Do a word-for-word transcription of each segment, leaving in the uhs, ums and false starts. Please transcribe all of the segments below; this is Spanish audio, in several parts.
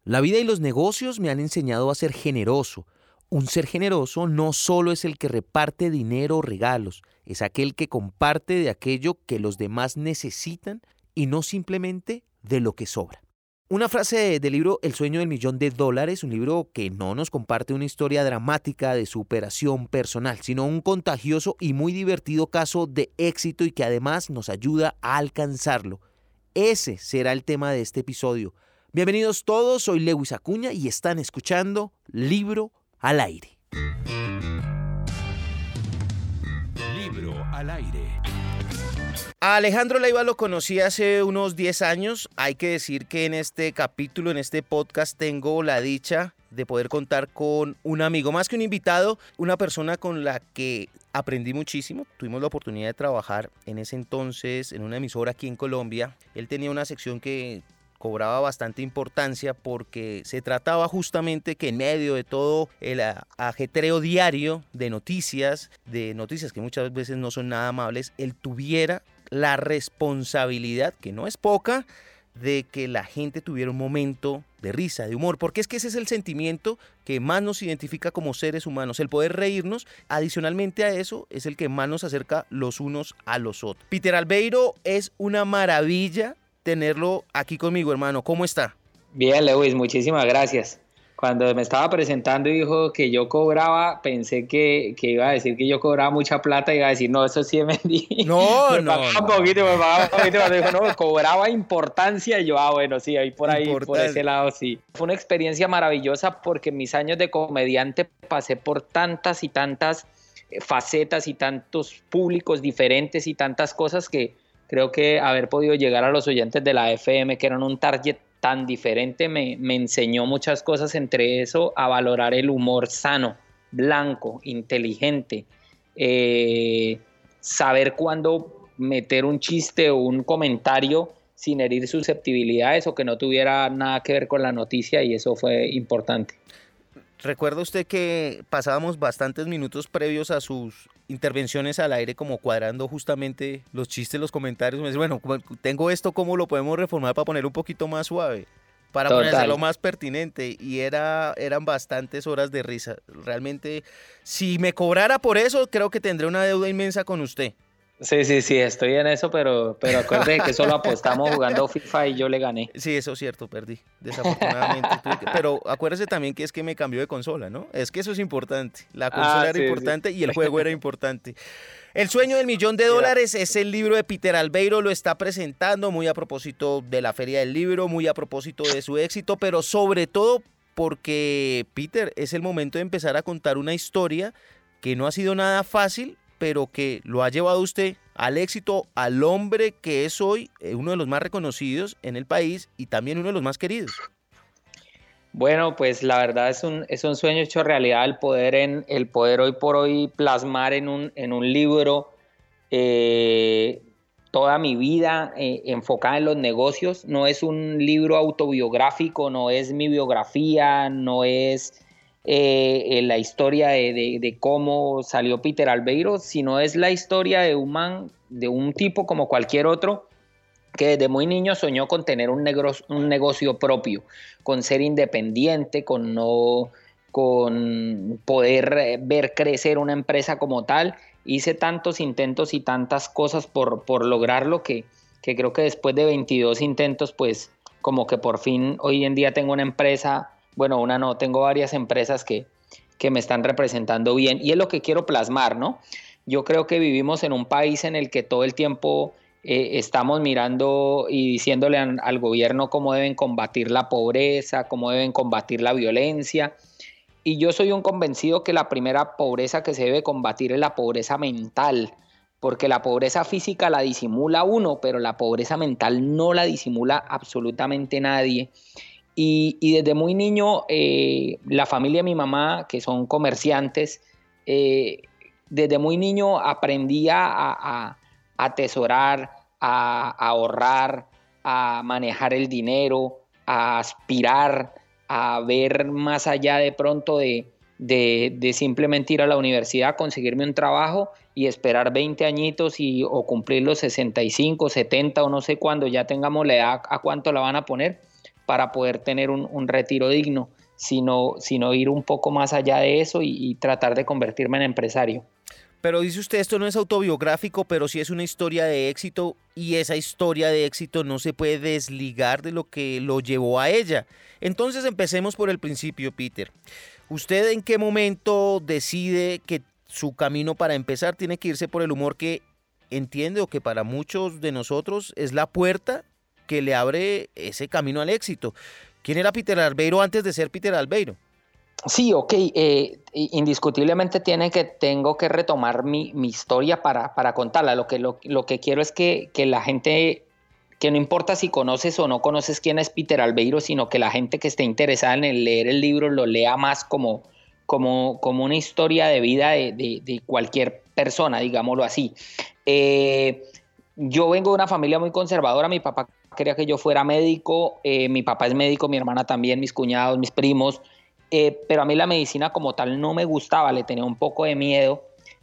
La vida y los negocios me han enseñado a ser generoso. Un ser generoso no solo es el que reparte dinero o regalos, es aquel que comparte de aquello que los demás necesitan y no simplemente de lo que sobra. Una frase del libro El sueño del millón de dólares, un libro que no nos comparte una historia dramática de superación personal, sino un contagioso y muy divertido caso de éxito y que además nos ayuda a alcanzarlo. Ese será el tema de este episodio. Bienvenidos todos, soy Lewis Acuña y están escuchando Libro al Aire. Libro al Aire. A Alejandro Leiva lo conocí hace unos diez años. Hay que decir que en este capítulo, en este podcast, tengo la dicha de poder contar con un amigo, más que un invitado, una persona con la que aprendí muchísimo. Tuvimos la oportunidad de trabajar en ese entonces en una emisora aquí en Colombia. Él tenía una sección que cobraba bastante importancia porque se trataba justamente que en medio de todo el ajetreo diario de noticias, de noticias que muchas veces no son nada amables, él tuviera la responsabilidad, que no es poca, de que la gente tuviera un momento de risa, de humor, porque es que ese es el sentimiento que más nos identifica como seres humanos, el poder reírnos. Adicionalmente a eso es el que más nos acerca los unos a los otros. Peter Albeiro, es una maravilla tenerlo aquí conmigo, hermano. ¿Cómo está? Bien, Lewis, muchísimas gracias. Cuando me estaba presentando y dijo que yo cobraba, pensé que, que iba a decir que yo cobraba mucha plata y iba a decir, no, eso sí me vendí. No, me no. pagaba un poquito, me pagaba un poquito. Cuando dijo, no, cobraba importancia. Y yo, ah, bueno, sí, ahí por ahí, Importante. Por ese lado, sí. Fue una experiencia maravillosa porque en mis años de comediante pasé por tantas y tantas facetas y tantos públicos diferentes y tantas cosas que creo que haber podido llegar a los oyentes de la F M, que eran un target tan diferente, me, me enseñó muchas cosas, entre eso a valorar el humor sano, blanco, inteligente, eh, saber cuándo meter un chiste o un comentario sin herir susceptibilidades o que no tuviera nada que ver con la noticia, y eso fue importante. ¿Recuerda usted que pasábamos bastantes minutos previos a sus intervenciones al aire como cuadrando justamente los chistes, los comentarios? Me dice, bueno, tengo esto, ¿cómo lo podemos reformar para poner un poquito más suave? Para ponerlo más pertinente. Y era, eran bastantes horas de risa. Realmente, si me cobrara por eso, creo que tendré una deuda inmensa con usted. Sí, sí, sí, estoy en eso, pero, pero acuérdate que solo apostamos jugando FIFA y yo le gané. Sí, eso es cierto, perdí, desafortunadamente. Pero acuérdese también que es que me cambió de consola, ¿no? Es que eso es importante. La consola ah, era sí, importante sí. Y el juego era importante. El sueño del millón de dólares es el libro de Peter Albeiro, lo está presentando muy a propósito de la Feria del Libro, muy a propósito de su éxito, pero sobre todo porque, Peter, es el momento de empezar a contar una historia que no ha sido nada fácil, pero que lo ha llevado usted al éxito, al hombre que es hoy uno de los más reconocidos en el país y también uno de los más queridos. Bueno, pues la verdad es un, es un sueño hecho realidad el poder, en, el poder hoy por hoy plasmar en un, en un libro eh, toda mi vida eh, enfocada en los negocios. No es un libro autobiográfico, no es mi biografía, no es Eh, la historia de, de, de cómo salió Peter Albeiro, sino es la historia de un man, de un tipo como cualquier otro, que desde muy niño soñó con tener un, negro, un negocio propio, con ser independiente, con, no, con poder ver crecer una empresa como tal. Hice tantos intentos y tantas cosas por, por lograrlo que, que creo que después de veintidós intentos, pues como que por fin hoy en día tengo una empresa. Bueno, una no, tengo varias empresas que, que me están representando bien y es lo que quiero plasmar, ¿no? Yo creo que vivimos en un país en el que todo el tiempo eh, estamos mirando y diciéndole al, al gobierno cómo deben combatir la pobreza, cómo deben combatir la violencia, y yo soy un convencido que la primera pobreza que se debe combatir es la pobreza mental, porque la pobreza física la disimula uno, pero la pobreza mental no la disimula absolutamente nadie. Y, y desde muy niño, eh, la familia de mi mamá, que son comerciantes, eh, desde muy niño aprendí a, a, a atesorar, a, a ahorrar, a manejar el dinero, a aspirar, a ver más allá de pronto de, de, de simplemente ir a la universidad, conseguirme un trabajo y esperar veinte añitos y, o cumplir los sesenta y cinco, setenta o no sé cuándo ya tengamos la edad a cuánto la van a poner, para poder tener un, un retiro digno, sino, sino ir un poco más allá de eso y, y tratar de convertirme en empresario. Pero dice usted, esto no es autobiográfico, pero sí es una historia de éxito y esa historia de éxito no se puede desligar de lo que lo llevó a ella. Entonces empecemos por el principio, Peter. ¿Usted en qué momento decide que su camino para empezar tiene que irse por el humor que entiende o que para muchos de nosotros es la puerta que le abre ese camino al éxito? ¿Quién era Peter Albeiro antes de ser Peter Albeiro? Sí, ok, eh, indiscutiblemente tiene que, tengo que retomar mi, mi historia para, para contarla. Lo que, lo, lo que quiero es que, que la gente, que no importa si conoces o no conoces quién es Peter Albeiro, sino que la gente que esté interesada en el leer el libro lo lea más como, como, como una historia de vida de, de, de cualquier persona, digámoslo así. Eh, yo vengo de una familia muy conservadora, mi papá quería que yo fuera médico, eh, mi papá es médico, mi hermana también, mis cuñados, mis primos. Eh, pero a mí la medicina como tal no me gustaba, le tenía un poco de miedo.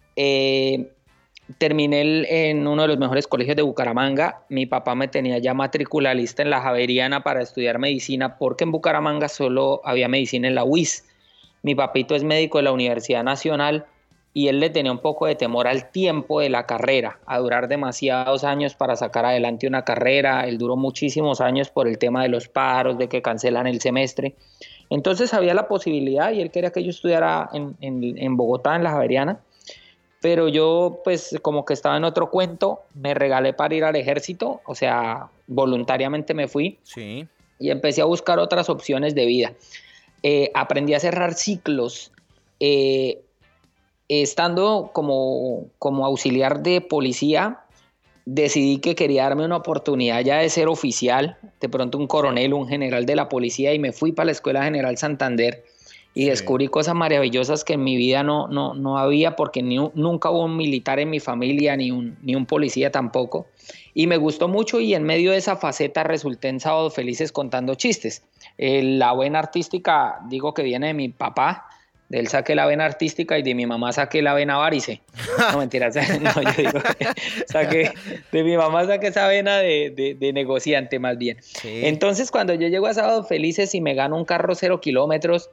Eh, terminé el, en uno de los mejores colegios de Bucaramanga. Mi papá me tenía ya matrícula lista en la Javeriana para estudiar medicina, porque en Bucaramanga solo había medicina en la U I S. Mi papito es médico de la Universidad Nacional y él le tenía un poco de temor al tiempo de la carrera, a durar demasiados años para sacar adelante una carrera. Él duró muchísimos años por el tema de los paros, de que cancelan el semestre. Entonces había la posibilidad y él quería que yo estudiara en, en, en Bogotá, en la Javeriana, pero yo pues como que estaba en otro cuento, me regalé para ir al ejército, o sea, voluntariamente me fui Sí. y empecé a buscar otras opciones de vida. Eh, aprendí a cerrar ciclos, eh, estando como, como auxiliar de policía. Decidí que quería darme una oportunidad ya de ser oficial, de pronto un coronel, un general de la policía, y me fui para la Escuela General Santander y sí. Descubrí cosas maravillosas que en mi vida no, no, no había, porque ni un, nunca hubo un militar en mi familia, ni un, ni un policía tampoco, y me gustó mucho, y en medio de esa faceta resulté en Sábados Felices contando chistes. Eh, la vena artística, digo que viene de mi papá. De él saqué la vena artística y de mi mamá saqué la vena varice. No, mentira, no, yo digo que saqué, de mi mamá saqué esa vena de, de, de negociante más bien. Sí. Entonces cuando yo llego a Sábados Felices y me gano un carro cero kilómetros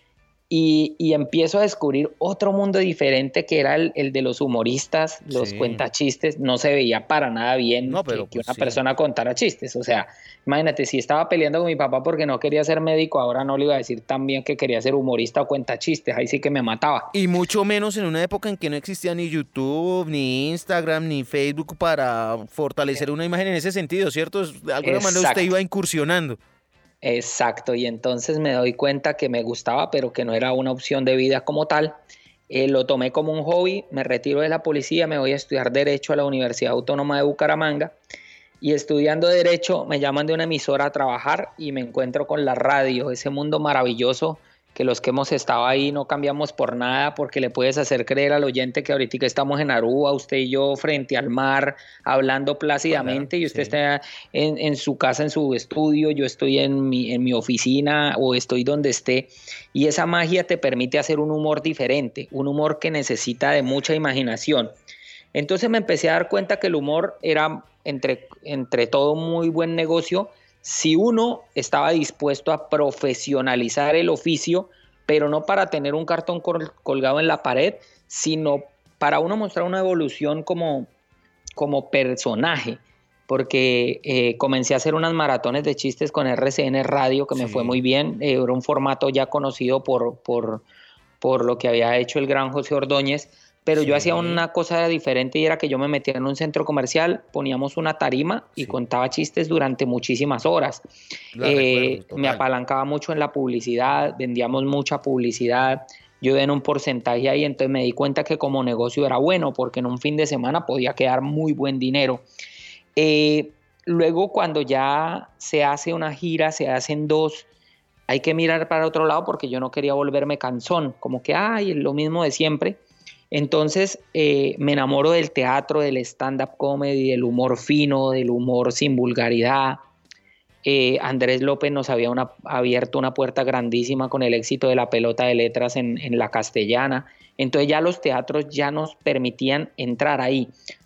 y, y empiezo a descubrir otro mundo diferente que era el, el de los humoristas, los sí. cuentachistes, no se veía para nada bien no, pero, que, que una pues, persona sí. contara chistes. O sea, imagínate, si estaba peleando con mi papá porque no quería ser médico, ahora no le iba a decir también que quería ser humorista o cuentachistes, ahí sí que me mataba. Y mucho menos en una época en que no existía ni YouTube, ni Instagram, ni Facebook para fortalecer una imagen en ese sentido, ¿cierto? De alguna Exacto. manera usted iba incursionando. Exacto, y entonces me doy cuenta que me gustaba, pero que no era una opción de vida como tal. Eh, lo tomé como un hobby, me retiro de la policía, me voy a estudiar Derecho a la Universidad Autónoma de Bucaramanga, y estudiando Derecho me llaman de una emisora a trabajar y me encuentro con la radio, ese mundo maravilloso que los que hemos estado ahí no cambiamos por nada, porque le puedes hacer creer al oyente que ahorita estamos en Aruba, usted y yo frente al mar, hablando plácidamente, claro, y usted sí. está en, en su casa, en su estudio, yo estoy en mi, en mi oficina o estoy donde esté, y esa magia te permite hacer un humor diferente, un humor que necesita de mucha imaginación. Entonces me empecé a dar cuenta que el humor era entre, entre todo muy buen negocio, si uno estaba dispuesto a profesionalizar el oficio, pero no para tener un cartón col- colgado en la pared, sino para uno mostrar una evolución como, como personaje, porque eh, comencé a hacer unas maratones de chistes con R C N Radio, que sí. me fue muy bien, eh, era un formato ya conocido por, por, por lo que había hecho el gran José Ordóñez, pero sí. yo hacía una cosa diferente y era que yo me metía en un centro comercial, poníamos una tarima y sí. contaba chistes durante muchísimas horas. Eh, recuerdo, me apalancaba mucho en la publicidad, vendíamos mucha publicidad, yo en un porcentaje ahí, entonces me di cuenta que como negocio era bueno, porque en un fin de semana podía quedar muy buen dinero. Eh, luego cuando ya se hace una gira, se hacen dos, hay que mirar para otro lado porque yo no quería volverme cansón, como que, ay, es lo mismo de siempre. Entonces eh, me enamoro del teatro, del stand-up comedy, del humor fino, del humor sin vulgaridad. Eh, Andrés López nos había una, abierto una puerta grandísima con el éxito de La Pelota de Letras en, en La Castellana. Entonces ya los teatros ya nos permitían entrar ahí.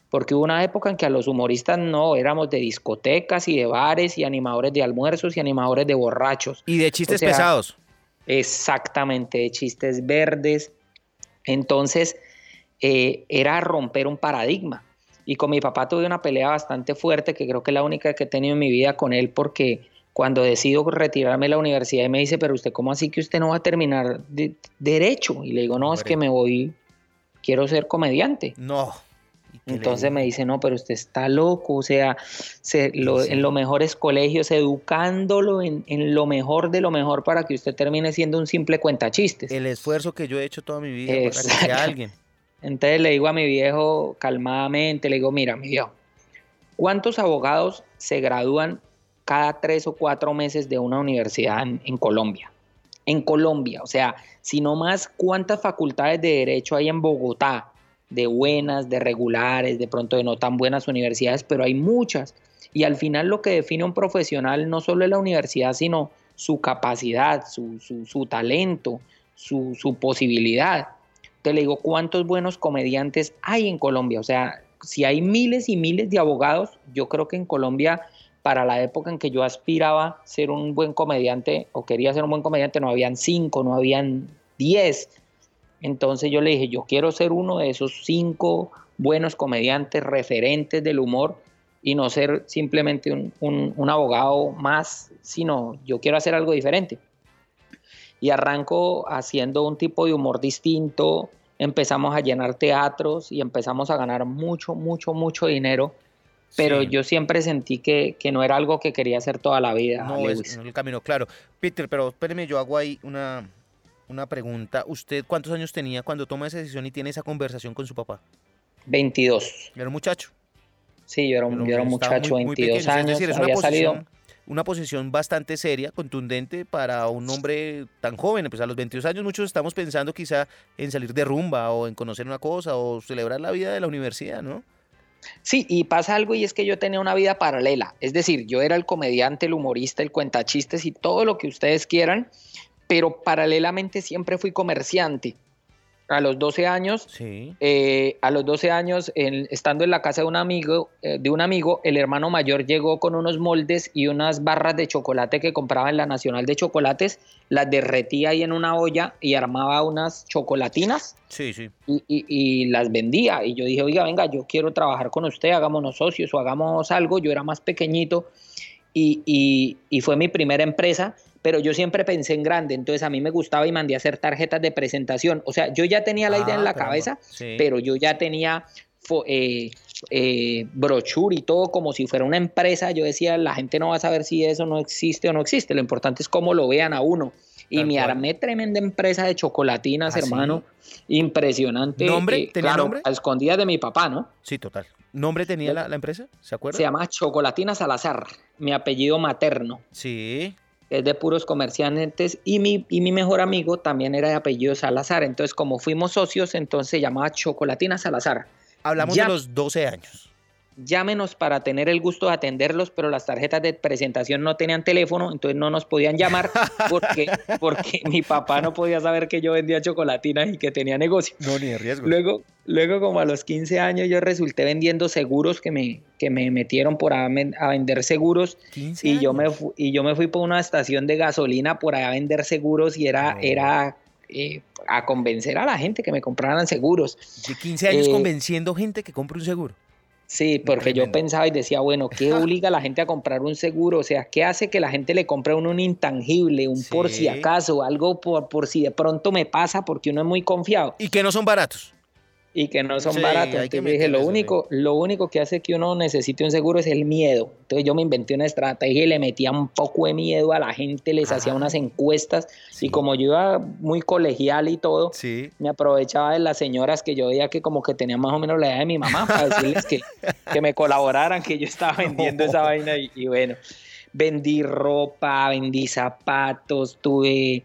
porque hubo una época en que a los humoristas no, éramos de discotecas y de bares y animadores de almuerzos y animadores de borrachos. Y de chistes O sea, pesados. Exactamente, de chistes verdes. Entonces, eh, era romper un paradigma. Y con mi papá tuve una pelea bastante fuerte, que creo que es la única que he tenido en mi vida con él, porque cuando decido retirarme de la universidad, y me dice, pero usted, ¿cómo así que usted no va a terminar de, derecho? Y le digo, no, es que me voy, quiero ser comediante. No. Entonces me dice, no, pero usted está loco, o sea, se, lo, sí. en los mejores colegios, educándolo en, en lo mejor de lo mejor para que usted termine siendo un simple cuentachistes. El esfuerzo que yo he hecho toda mi vida Exacto. para que sea alguien. Entonces le digo a mi viejo calmadamente, le digo, mira, mi viejo, ¿cuántos abogados se gradúan cada tres o cuatro meses de una universidad en, en Colombia? En Colombia, o sea, si no más, ¿cuántas facultades de derecho hay en Bogotá? De buenas, de regulares, de pronto de no tan buenas universidades, pero hay muchas. Y al final lo que define un profesional no solo es la universidad, sino su capacidad, su, su, su talento, su, su posibilidad. Te le digo, ¿cuántos buenos comediantes hay en Colombia? O sea, si hay miles y miles de abogados, yo creo que en Colombia, para la época en que yo aspiraba a ser un buen comediante, o quería ser un buen comediante, no habían cinco, no habían diez. Entonces yo le dije, yo quiero ser uno de esos cinco buenos comediantes referentes del humor y no ser simplemente un, un, un abogado más, sino yo quiero hacer algo diferente. Y arranco haciendo un tipo de humor distinto, empezamos a llenar teatros y empezamos a ganar mucho, mucho, mucho dinero, pero sí. yo siempre sentí que, que no era algo que quería hacer toda la vida. No, Lewis. es, no es el camino, claro. Peter, pero espéreme, yo hago ahí una... Una pregunta, ¿usted cuántos años tenía cuando toma esa decisión y tiene esa conversación con su papá? veintidós. ¿Era un muchacho? Sí, yo era un, yo era un muchacho, muy, muy veintidós pequeño. años, es decir, es había una posición, salido... una posición bastante seria, contundente para un hombre tan joven. Pues a los veintidós años muchos estamos pensando quizá en salir de rumba o en conocer una cosa o celebrar la vida de la universidad, ¿no? Sí, y pasa algo y es que yo tenía una vida paralela. Es decir, yo era el comediante, el humorista, el cuentachistes y todo lo que ustedes quieran, pero paralelamente siempre fui comerciante. A los doce años, sí. eh, a los doce años, en, estando en la casa de un amigo, eh, de un amigo, el hermano mayor llegó con unos moldes y unas barras de chocolate que compraba en la Nacional de Chocolates, las derretía ahí en una olla y armaba unas chocolatinas sí, sí. Y, y, y las vendía. Y yo dije, oiga, venga, yo quiero trabajar con usted, hagámonos socios o hagamos algo. Yo era más pequeñito y, y, y fue mi primera empresa. Pero yo siempre pensé en grande, entonces a mí me gustaba y mandé a hacer tarjetas de presentación. O sea, yo ya tenía la idea ah, en la caramba. cabeza, sí. pero yo ya tenía eh, eh, brochure y todo como si fuera una empresa. Yo decía, la gente no va a saber si eso no existe o no existe. Lo importante es cómo lo vean a uno. Y Tal me cual. armé tremenda empresa de chocolatinas, ¿Ah, hermano. Sí? Impresionante. ¿Nombre? Eh, ¿Tenía claro, nombre? A escondidas de mi papá, ¿no? Sí, total. ¿Nombre tenía la, la empresa? ¿Se acuerda? Se llama Chocolatinas Salazar, mi apellido materno. Sí. Es de puros comerciantes y mi, y mi mejor amigo también era de apellido Salazar. Entonces, como fuimos socios, entonces se llamaba Chocolatina Salazar. Hablamos ya, de los doce años. Llámenos para tener el gusto de atenderlos, pero las tarjetas de presentación no tenían teléfono, entonces no nos podían llamar porque, porque mi papá no podía saber que yo vendía chocolatinas y que tenía negocio. No, ni de riesgo. Luego, luego como a los quince años, yo resulté vendiendo seguros que me, que me metieron por a, a vender seguros. quince y años. yo me fu, y yo me fui por una estación de gasolina por allá a vender seguros y era... No. era eh, a convencer a la gente que me compraran seguros. ¿De quince años eh, convenciendo gente que compre un seguro? Sí, porque yo pensaba y decía, bueno, ¿qué obliga a la gente a comprar un seguro? O sea, ¿qué hace que la gente le compre a uno un intangible, un sí. por si acaso, algo por, por si de pronto me pasa porque uno es muy confiado? Y que no son baratos. Y que no son sí, baratos. Entonces dije, lo único, sí. lo único que hace que uno necesite un seguro es el miedo. Entonces yo me inventé una estrategia y le metía un poco de miedo a la gente, les ah, hacía unas encuestas sí. y como yo iba muy colegial y todo, sí. me aprovechaba de las señoras que yo veía que como que tenían más o menos la edad de mi mamá para decirles que, que me colaboraran, que yo estaba vendiendo no. esa vaina y, y bueno, vendí ropa, vendí zapatos, tuve...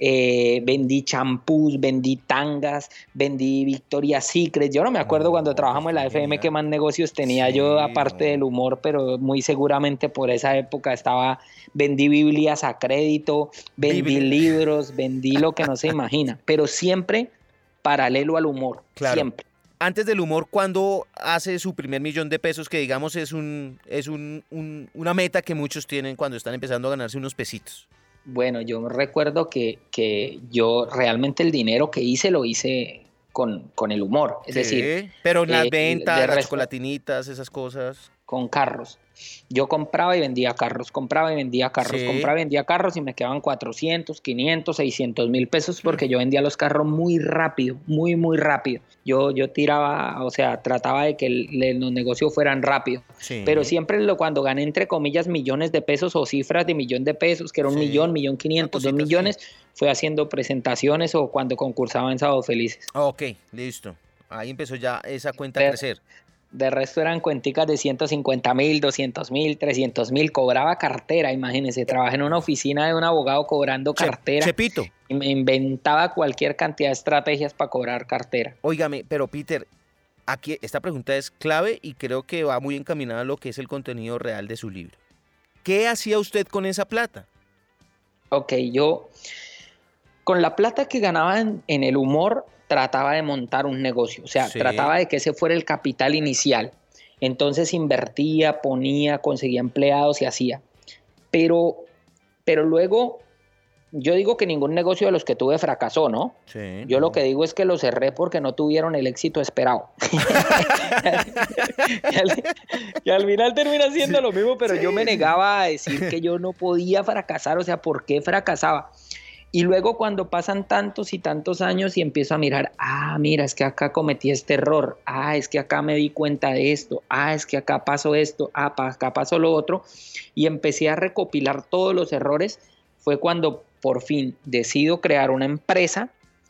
Eh, vendí champús, vendí tangas, vendí Victoria's Secret. Yo no me acuerdo no, cuando trabajamos en la F M qué más negocios tenía sí, yo aparte no. del humor, pero muy seguramente por esa época estaba, vendí Biblias a crédito, vendí Biblia. libros, vendí lo que no se imagina, pero siempre paralelo al humor, claro. siempre. antes del humor, ¿cuándo hace su primer millón de pesos? Que digamos es un es un, un, una meta que muchos tienen cuando están empezando a ganarse unos pesitos. Bueno, yo recuerdo que, que yo realmente el dinero que hice lo hice con, con el humor. Es Sí, decir, pero en las eh, ventas, de las resto, chocolatinitas, esas cosas. con carros. Yo compraba y vendía carros, compraba y vendía carros, Sí. compraba y vendía carros y me quedaban cuatrocientos, quinientos, seiscientos mil pesos porque yo vendía los carros muy rápido, muy, muy rápido. Yo, yo tiraba, o sea, trataba de que el- el- los negocios fueran rápidos. Sí. Pero siempre lo, cuando gané, entre comillas, millones de pesos o cifras de millón de pesos, que era un Sí. millón, millón quinientos, dos cosita, millones, fue haciendo presentaciones o cuando concursaba en Sábado Felices. Ok, listo. Ahí empezó ya esa cuenta a De- crecer. De resto eran cuenticas de ciento cincuenta mil, doscientos mil, trescientos mil. Cobraba cartera, imagínense. Trabajé en una oficina de un abogado cobrando Che- cartera. Chepito, Y me inventaba cualquier cantidad de estrategias para cobrar cartera. óigame, pero Peter, aquí esta pregunta es clave y creo que va muy encaminada a lo que es el contenido real de su libro. ¿Qué hacía usted con esa plata? Ok, yo con la plata que ganaba en, en el humor trataba de montar un negocio. O sea, Sí. trataba de que ese fuera el capital inicial. Entonces invertía, ponía, conseguía empleados y hacía. Pero, pero luego, yo digo que ningún negocio de los que tuve fracasó, ¿no? Sí. Yo lo que digo es que lo cerré porque no tuvieron el éxito esperado. que, al, que al final termina siendo Sí, lo mismo, pero sí, yo me sí. negaba a decir que yo no podía fracasar, o sea, ¿por qué fracasaba? Y luego cuando pasan tantos y tantos años y empiezo a mirar, ah, mira, es que acá cometí este error, ah, es que acá me di cuenta de esto, ah, es que acá pasó esto, ah, pa- acá pasó lo otro, y empecé a recopilar todos los errores, fue cuando por fin decido crear una empresa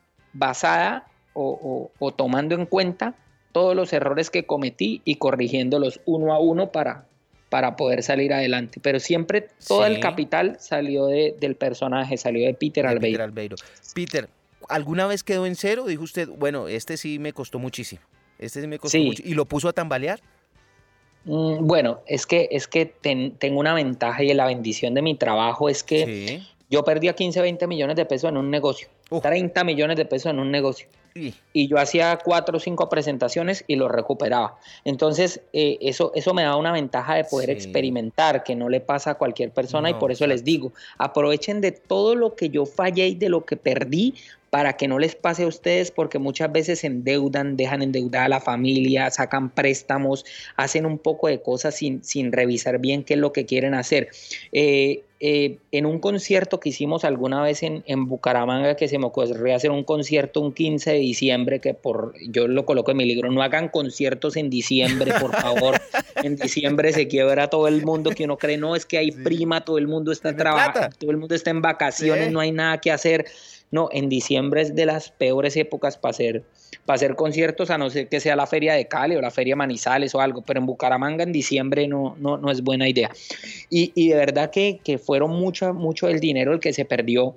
basada o, o- o tomando en cuenta todos los errores que cometí y corrigiéndolos uno a uno para, para poder salir adelante. Pero siempre todo Sí. el capital salió de- del personaje, salió de Peter De Albeiro. Peter Albeiro. Peter, ¿alguna vez quedó en cero? Dijo usted, bueno, este sí me costó muchísimo. Este sí me costó Sí. mucho. ¿Y lo puso a tambalear? Mm, Bueno, es que, es que ten- tengo una ventaja y la bendición de mi trabajo es que Sí. yo perdía quince, veinte millones de pesos en un negocio, Uf. treinta millones de pesos en un negocio. Y- Y yo hacía cuatro o cinco presentaciones y lo recuperaba. Entonces, eh, eso, eso me da una ventaja de poder Sí. experimentar, que no le pasa a cualquier persona, y No, por eso les exacto. digo, aprovechen de todo lo que yo fallé y de lo que perdí para que no les pase a ustedes, porque muchas veces se endeudan, dejan endeudada a la familia, sacan préstamos, hacen un poco de cosas sin, sin revisar bien qué es lo que quieren hacer. Eh, eh, en un concierto que hicimos alguna vez en, en Bucaramanga, que se me ocurrió hacer un concierto un quince de diciembre, que por yo lo coloco en mi libro, no hagan conciertos en diciembre, por favor. En diciembre se quiebra todo el mundo, que uno cree, no, es que hay Sí. prima, todo el mundo está Tiene plata. trabajando, todo el mundo está en vacaciones, Sí. no hay nada que hacer. No, en diciembre es de las peores épocas para hacer, para hacer conciertos, a no ser que sea la Feria de Cali o la Feria Manizales o algo, pero en Bucaramanga en diciembre no, no, no es buena idea. Y, y de verdad que, que fueron mucho, mucho del dinero el que se perdió.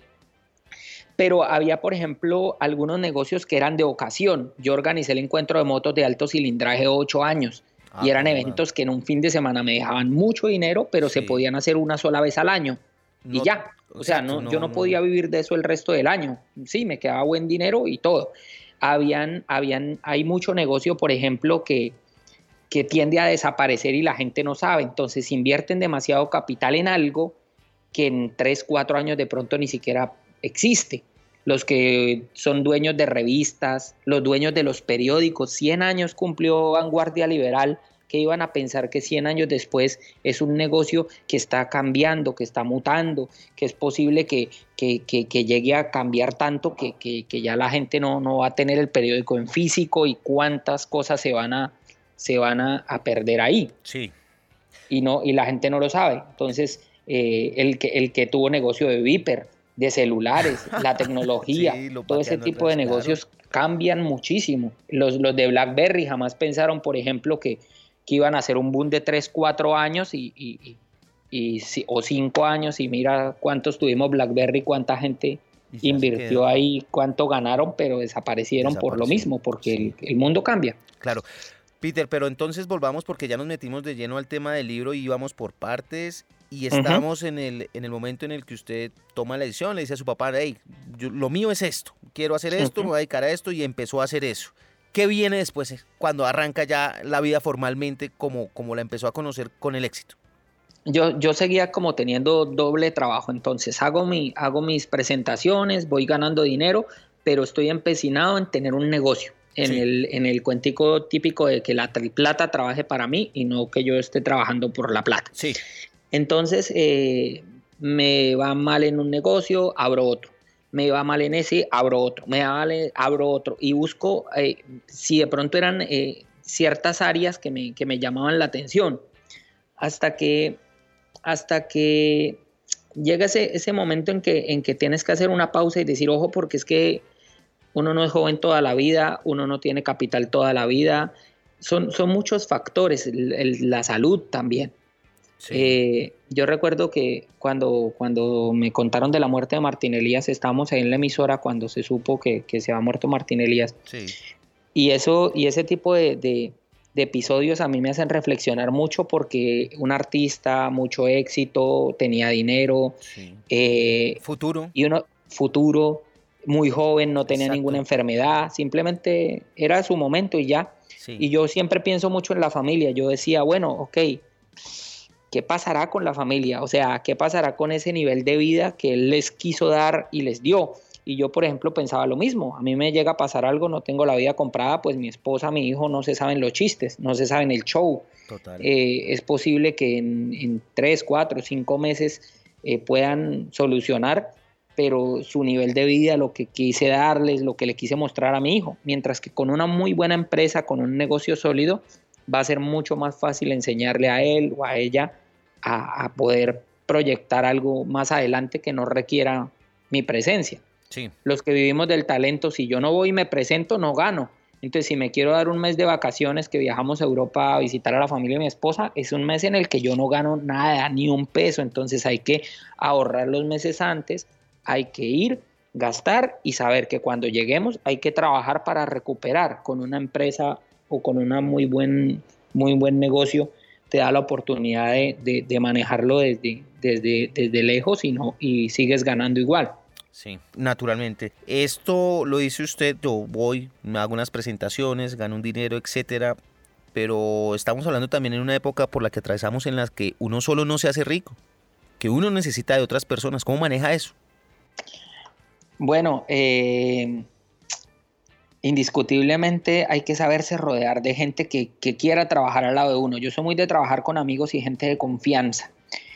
Pero había, por ejemplo, algunos negocios que eran de ocasión. Yo organicé el encuentro de motos de alto cilindraje ocho años. Ah, Y eran caramba. eventos que en un fin de semana me dejaban mucho dinero, pero se Sí. podían hacer una sola vez al año. Y No- ya. O sea, exacto, no, yo no podía vivir de eso el resto del año. Sí, me quedaba buen dinero y todo. Habían, habían, hay mucho negocio, por ejemplo, que, que tiende a desaparecer y la gente no sabe. Entonces invierten demasiado capital en algo que en tres, cuatro años de pronto ni siquiera existe. Los que son dueños de revistas, los dueños de los periódicos, cien años cumplió Vanguardia Liberal, que iban a pensar que cien años después es un negocio que está cambiando, que está mutando, que es posible que, que, que, que llegue a cambiar tanto que, que, que ya la gente no, no va a tener el periódico en físico y cuántas cosas se van a, se van a, a perder ahí. Sí. Y, no, y la gente no lo sabe. Entonces, eh, el, que, el que tuvo negocio de Viper, de celulares, la tecnología, Sí, lo todo ese pateando tipo de atrás, negocios cambian muchísimo. Los, los de BlackBerry jamás pensaron, por ejemplo, que, que iban a hacer un boom de tres, cuatro años y, y, y, y si- o cinco años, y mira cuántos tuvimos BlackBerry, cuánta gente Y ya se invirtió quedó. ahí, cuánto ganaron, pero desaparecieron, por lo Desaparecieron, mismo, porque sí. el, el mundo cambia. Claro. Peter, pero entonces volvamos porque ya nos metimos de lleno al tema del libro y íbamos por partes y estamos en el, en el momento en el que usted toma la decisión, le dice a su papá, hey, yo- lo mío es esto, quiero hacer esto, me Ujú. voy a dedicar a esto y empezó a hacer eso. ¿Qué viene después eh, cuando arranca ya la vida formalmente como, como la empezó a conocer con el éxito? Yo, yo seguía como teniendo doble trabajo, entonces hago, mi, hago mis presentaciones, voy ganando dinero, pero estoy empecinado en tener un negocio, en, Sí. el, en el cuentico típico de que la plata trabaje para mí y no que yo esté trabajando por la plata. Sí. Entonces eh, me va mal en un negocio, abro otro. Me va mal en ese, abro otro. Me va mal, en- abro otro. Y busco eh, si de pronto eran eh, ciertas áreas que me, que me llamaban la atención. Hasta que hasta que llega ese, ese momento en que, en que tienes que hacer una pausa y decir, ojo, porque es que uno no es joven toda la vida, uno no tiene capital toda la vida, son, son muchos factores, el, el, la salud también. Sí. Eh, yo recuerdo que cuando, cuando me contaron de la muerte de Martín Elías, estábamos ahí en la emisora cuando se supo que, que se había muerto Martín Elías, Sí. y, eso, y ese tipo de, de, de episodios a mí me hacen reflexionar mucho porque un artista, mucho éxito, tenía dinero, Sí. eh, Futuro. y uno futuro, muy joven, no tenía Exacto. ninguna enfermedad, simplemente era su momento y ya. Sí. Y yo siempre pienso mucho en la familia, yo decía, bueno, ok, ¿qué pasará con la familia? O sea, ¿qué pasará con ese nivel de vida que él les quiso dar y les dio? Y yo, por ejemplo, pensaba lo mismo. A mí me llega a pasar algo, no tengo la vida comprada, pues mi esposa, mi hijo no se saben los chistes, no se saben el show. Total. Eh, es posible que en, en tres, cuatro, cinco meses eh, puedan solucionar, pero su nivel de vida, lo que quise darles, lo que le quise mostrar a mi hijo. Mientras que con una muy buena empresa, con un negocio sólido, va a ser mucho más fácil enseñarle a él o a ella a, a poder proyectar algo más adelante que no requiera mi presencia. Sí. Los que vivimos del talento, si yo no voy y me presento, no gano. Entonces, si me quiero dar un mes de vacaciones, que viajamos a Europa a visitar a la familia de mi esposa, es un mes en el que yo no gano nada, ni un peso. Entonces, hay que ahorrar los meses antes, hay que ir, gastar y saber que cuando lleguemos hay que trabajar para recuperar. Con una empresa o con un muy buen, muy buen negocio, te da la oportunidad de, de, de manejarlo desde, desde, desde lejos y, no, y sigues ganando igual. Sí, naturalmente. Esto lo dice usted, yo voy, me hago unas presentaciones, gano un dinero, etcétera, pero estamos hablando también en una época por la que atravesamos en la que uno solo no se hace rico, que uno necesita de otras personas. ¿Cómo maneja eso? Bueno, eh, indiscutiblemente hay que saberse rodear de gente que, que quiera trabajar al lado de uno. Yo soy muy de trabajar con amigos y gente de confianza.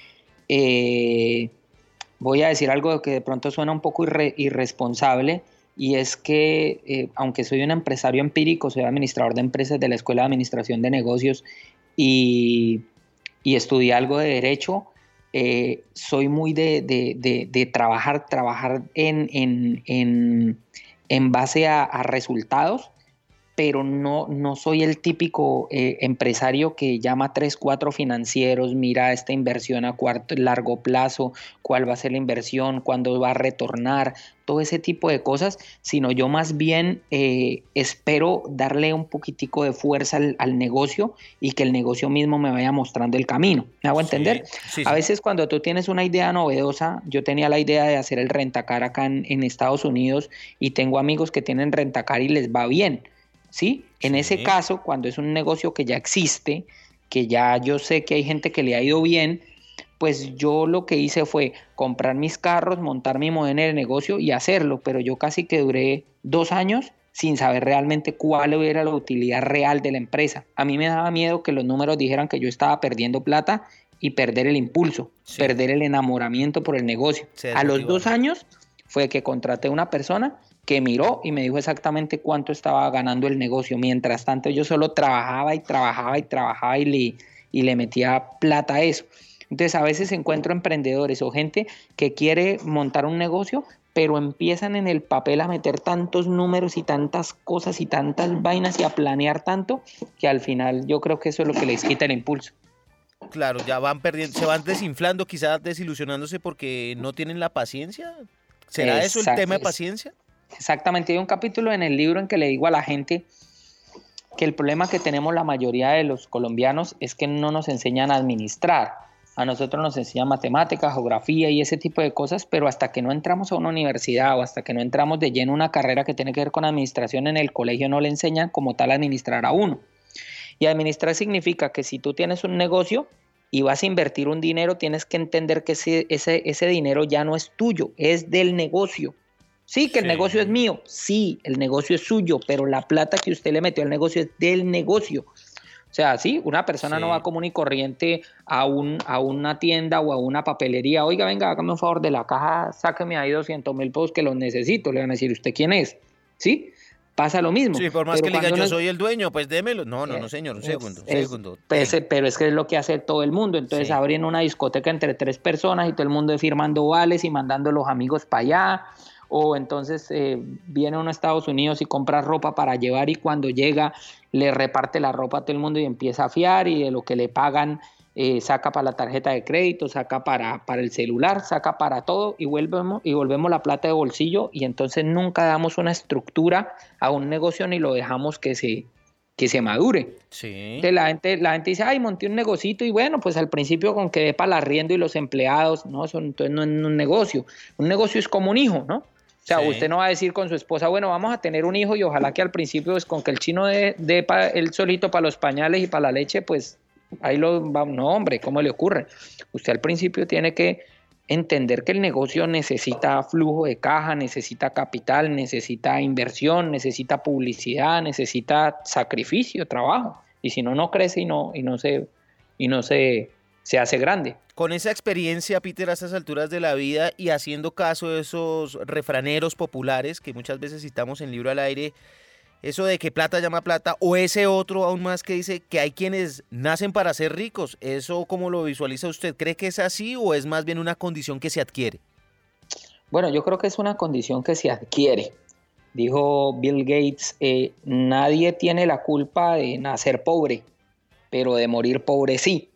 Eh, voy a decir algo que de pronto suena un poco irre, irresponsable, y es que eh, aunque soy un empresario empírico, soy administrador de empresas de la Escuela de Administración de Negocios y, y estudié algo de Derecho, eh, soy muy de, de, de, de trabajar, trabajar en, en, en, en base a, a resultados, pero no, no soy el típico eh, empresario que llama a tres, cuatro financieros, mira esta inversión a cuarto, largo plazo, cuál va a ser la inversión, cuándo va a retornar, todo ese tipo de cosas, sino yo más bien eh, espero darle un poquitico de fuerza al, al negocio y que el negocio mismo me vaya mostrando el camino. ¿Me hago entender? Sí, sí, A sí. veces cuando tú tienes una idea novedosa, yo tenía la idea de hacer el rentacar acá en, en Estados Unidos y tengo amigos que tienen rentacar y les va bien. ¿Sí? En Sí. ese caso, cuando es un negocio que ya existe, que ya yo sé que hay gente que le ha ido bien, pues yo lo que hice fue comprar mis carros, montar mi modelo de negocio y hacerlo, pero yo casi que duré dos años sin saber realmente cuál era la utilidad real de la empresa. A mí me daba miedo que los números dijeran que yo estaba perdiendo plata y perder el impulso, Sí. perder el enamoramiento por el negocio. Se A los desmotivaron. dos años fue que contraté a una persona que miró y me dijo exactamente cuánto estaba ganando el negocio. Mientras tanto, yo solo trabajaba y trabajaba y trabajaba y le, y le metía plata a eso. Entonces, a veces encuentro emprendedores o gente que quiere montar un negocio, pero empiezan en el papel a meter tantos números y tantas cosas y tantas vainas y a planear tanto, que al final yo creo que eso es lo que les quita el impulso. Claro, ya van perdiendo, se van desinflando, quizás desilusionándose porque no tienen la paciencia. ¿Será eso el Exacto. tema de paciencia? Exactamente, hay un capítulo en el libro en que le digo a la gente que el problema que tenemos la mayoría de los colombianos es que no nos enseñan a administrar. a nosotros nos enseñan matemáticas, geografía y ese tipo de cosas, pero hasta que no entramos a una universidad o hasta que no entramos de lleno a una carrera que tiene que ver con administración en el colegio, no le enseñan como tal a administrar a uno. Y administrar significa que si tú tienes un negocio y vas a invertir un dinero, tienes que entender que ese, ese, ese dinero ya no es tuyo, es del negocio. Sí, que el sí. negocio es mío, sí, el negocio es suyo, pero la plata que usted le metió al negocio es del negocio. O sea, sí, una persona sí. no va común y corriente a, un, a una tienda o a una papelería, oiga, venga, hágame un favor de la caja, sáqueme ahí doscientos mil pesos que los necesito, le van a decir, ¿usted quién es? ¿Sí? Pasa lo mismo. Sí, por más pero que le diga, yo no, soy el dueño, pues démelo. No, no, no, señor, un es, segundo, un es, segundo. Pues, pero es que es lo que hace todo el mundo. Entonces sí. abren una discoteca entre tres personas y todo el mundo firmando vales y mandando los amigos para allá. O entonces eh, viene uno a Estados Unidos y compra ropa para llevar y cuando llega le reparte la ropa a todo el mundo y empieza a fiar y de lo que le pagan eh, saca para la tarjeta de crédito, saca para, para el celular, saca para todo y volvemos, y volvemos la plata de bolsillo y entonces nunca damos una estructura a un negocio ni lo dejamos que se, que se madure. Sí. Entonces la gente, la gente dice, ay, monté un negocito y bueno, pues al principio con que dé para el arriendo y los empleados, no, eso entonces no es un negocio. Un negocio es como un hijo, ¿no? O sea, sí. usted no va a decir con su esposa, bueno, vamos a tener un hijo y ojalá que al principio, pues con que el chino dé, dé pa, él solito para los pañales y para la leche, pues ahí lo va. No, hombre, ¿cómo le ocurre? Usted al principio tiene que entender que el negocio necesita flujo de caja, necesita capital, necesita inversión, necesita publicidad, necesita sacrificio, trabajo. Y si no, no crece y no, y no se, y no se, se hace grande. Con esa experiencia, Peter, a estas alturas de la vida y haciendo caso de esos refraneros populares que muchas veces citamos en Libro al Aire, eso de que plata llama plata, o ese otro aún más que dice que hay quienes nacen para ser ricos, ¿eso cómo lo visualiza usted? ¿Cree que es así o es más bien una condición que se adquiere? Bueno, yo creo que es una condición que se adquiere. Dijo Bill Gates, eh, nadie tiene la culpa de nacer pobre, pero de morir pobre sí.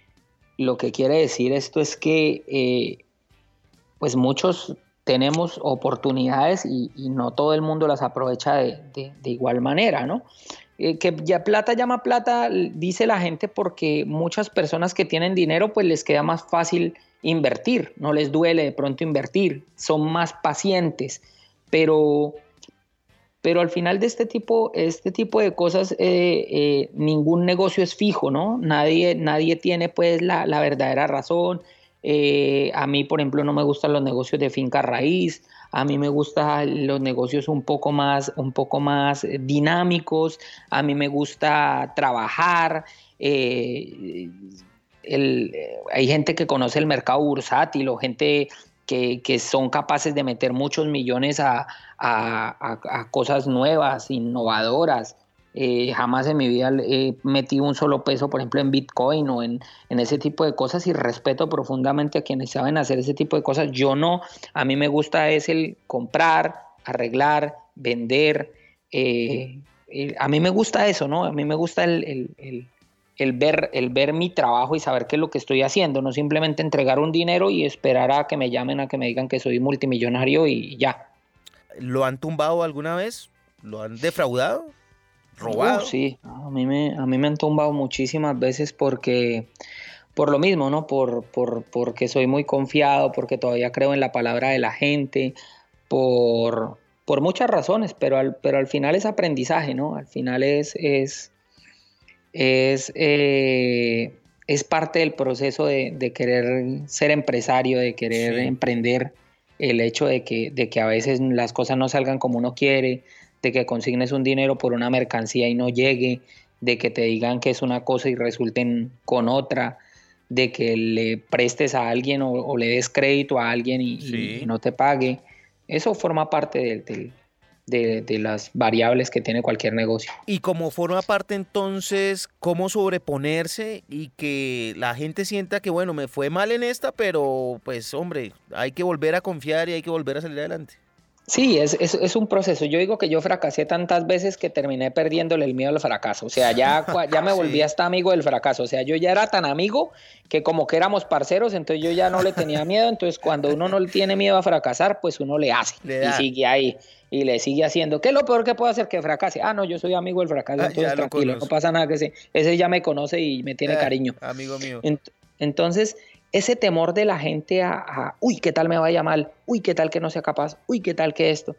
Lo que quiere decir esto es que eh, pues muchos tenemos oportunidades y, y no todo el mundo las aprovecha de, de, de igual manera, ¿no? Eh, que ya plata llama plata, dice la gente, porque muchas personas que tienen dinero pues les queda más fácil invertir, no les duele de pronto invertir, son más pacientes, pero... Pero al final de este tipo, este tipo de cosas, eh, eh, ningún negocio es fijo, ¿no? Nadie, nadie tiene pues la, la verdadera razón. Eh, a mí, por ejemplo, no me gustan los negocios de finca raíz. A mí me gustan los negocios un poco más, un poco más dinámicos. A mí me gusta trabajar. Eh, el, hay gente que conoce el mercado bursátil o gente... Que, que son capaces de meter muchos millones a, a, a, a cosas nuevas, innovadoras. Eh, jamás en mi vida he metido un solo peso, por ejemplo, en Bitcoin o en, en ese tipo de cosas y respeto profundamente a quienes saben hacer ese tipo de cosas. Yo no, a mí me gusta es el comprar, arreglar, vender. Eh, eh, a mí me gusta eso, ¿no? A mí me gusta el... el, el El ver, el ver mi trabajo y saber qué es lo que estoy haciendo, no simplemente entregar un dinero y esperar a que me llamen, a que me digan que soy multimillonario y ya. ¿Lo han tumbado alguna vez? ¿Lo han defraudado? ¿Robado? Uh, sí, a mí, me, a mí me han tumbado muchísimas veces porque, por lo mismo, ¿no? Por, por, porque soy muy confiado, porque todavía creo en la palabra de la gente, por, por muchas razones, pero al, pero al final es aprendizaje, ¿no? Al final es... es Es, eh, es parte del proceso de, de querer ser empresario, de querer sí. emprender, el hecho de que, de que a veces las cosas no salgan como uno quiere, de que consignes un dinero por una mercancía y no llegue, de que te digan que es una cosa y resulten con otra, de que le prestes a alguien o, o le des crédito a alguien y, sí. y no te pague. Eso forma parte del... del De, de las variables que tiene cualquier negocio. Y como forma parte entonces, ¿cómo sobreponerse y que la gente sienta que bueno, me fue mal en esta, pero pues hombre, hay que volver a confiar y hay que volver a salir adelante? Sí, es, es, es un proceso. Yo digo que yo fracasé tantas veces que terminé perdiéndole el miedo al fracaso. O sea, ya, ya me volví sí. hasta amigo del fracaso. O sea, yo ya era tan amigo que como que éramos parceros, entonces yo ya no le tenía miedo. Entonces cuando uno no le tiene miedo a fracasar, pues uno le hace le y sigue ahí. Y le sigue haciendo. ¿Qué es lo peor que puedo hacer? Que fracase. Ah, no, yo soy amigo del fracaso, ah, entonces tranquilo, no pasa nada que se, ese ya me conoce y me tiene ah, cariño. Amigo mío. Ent, entonces, ese temor de la gente a, a, uy, ¿qué tal me vaya mal? Uy, ¿qué tal que no sea capaz? Uy, ¿qué tal que esto?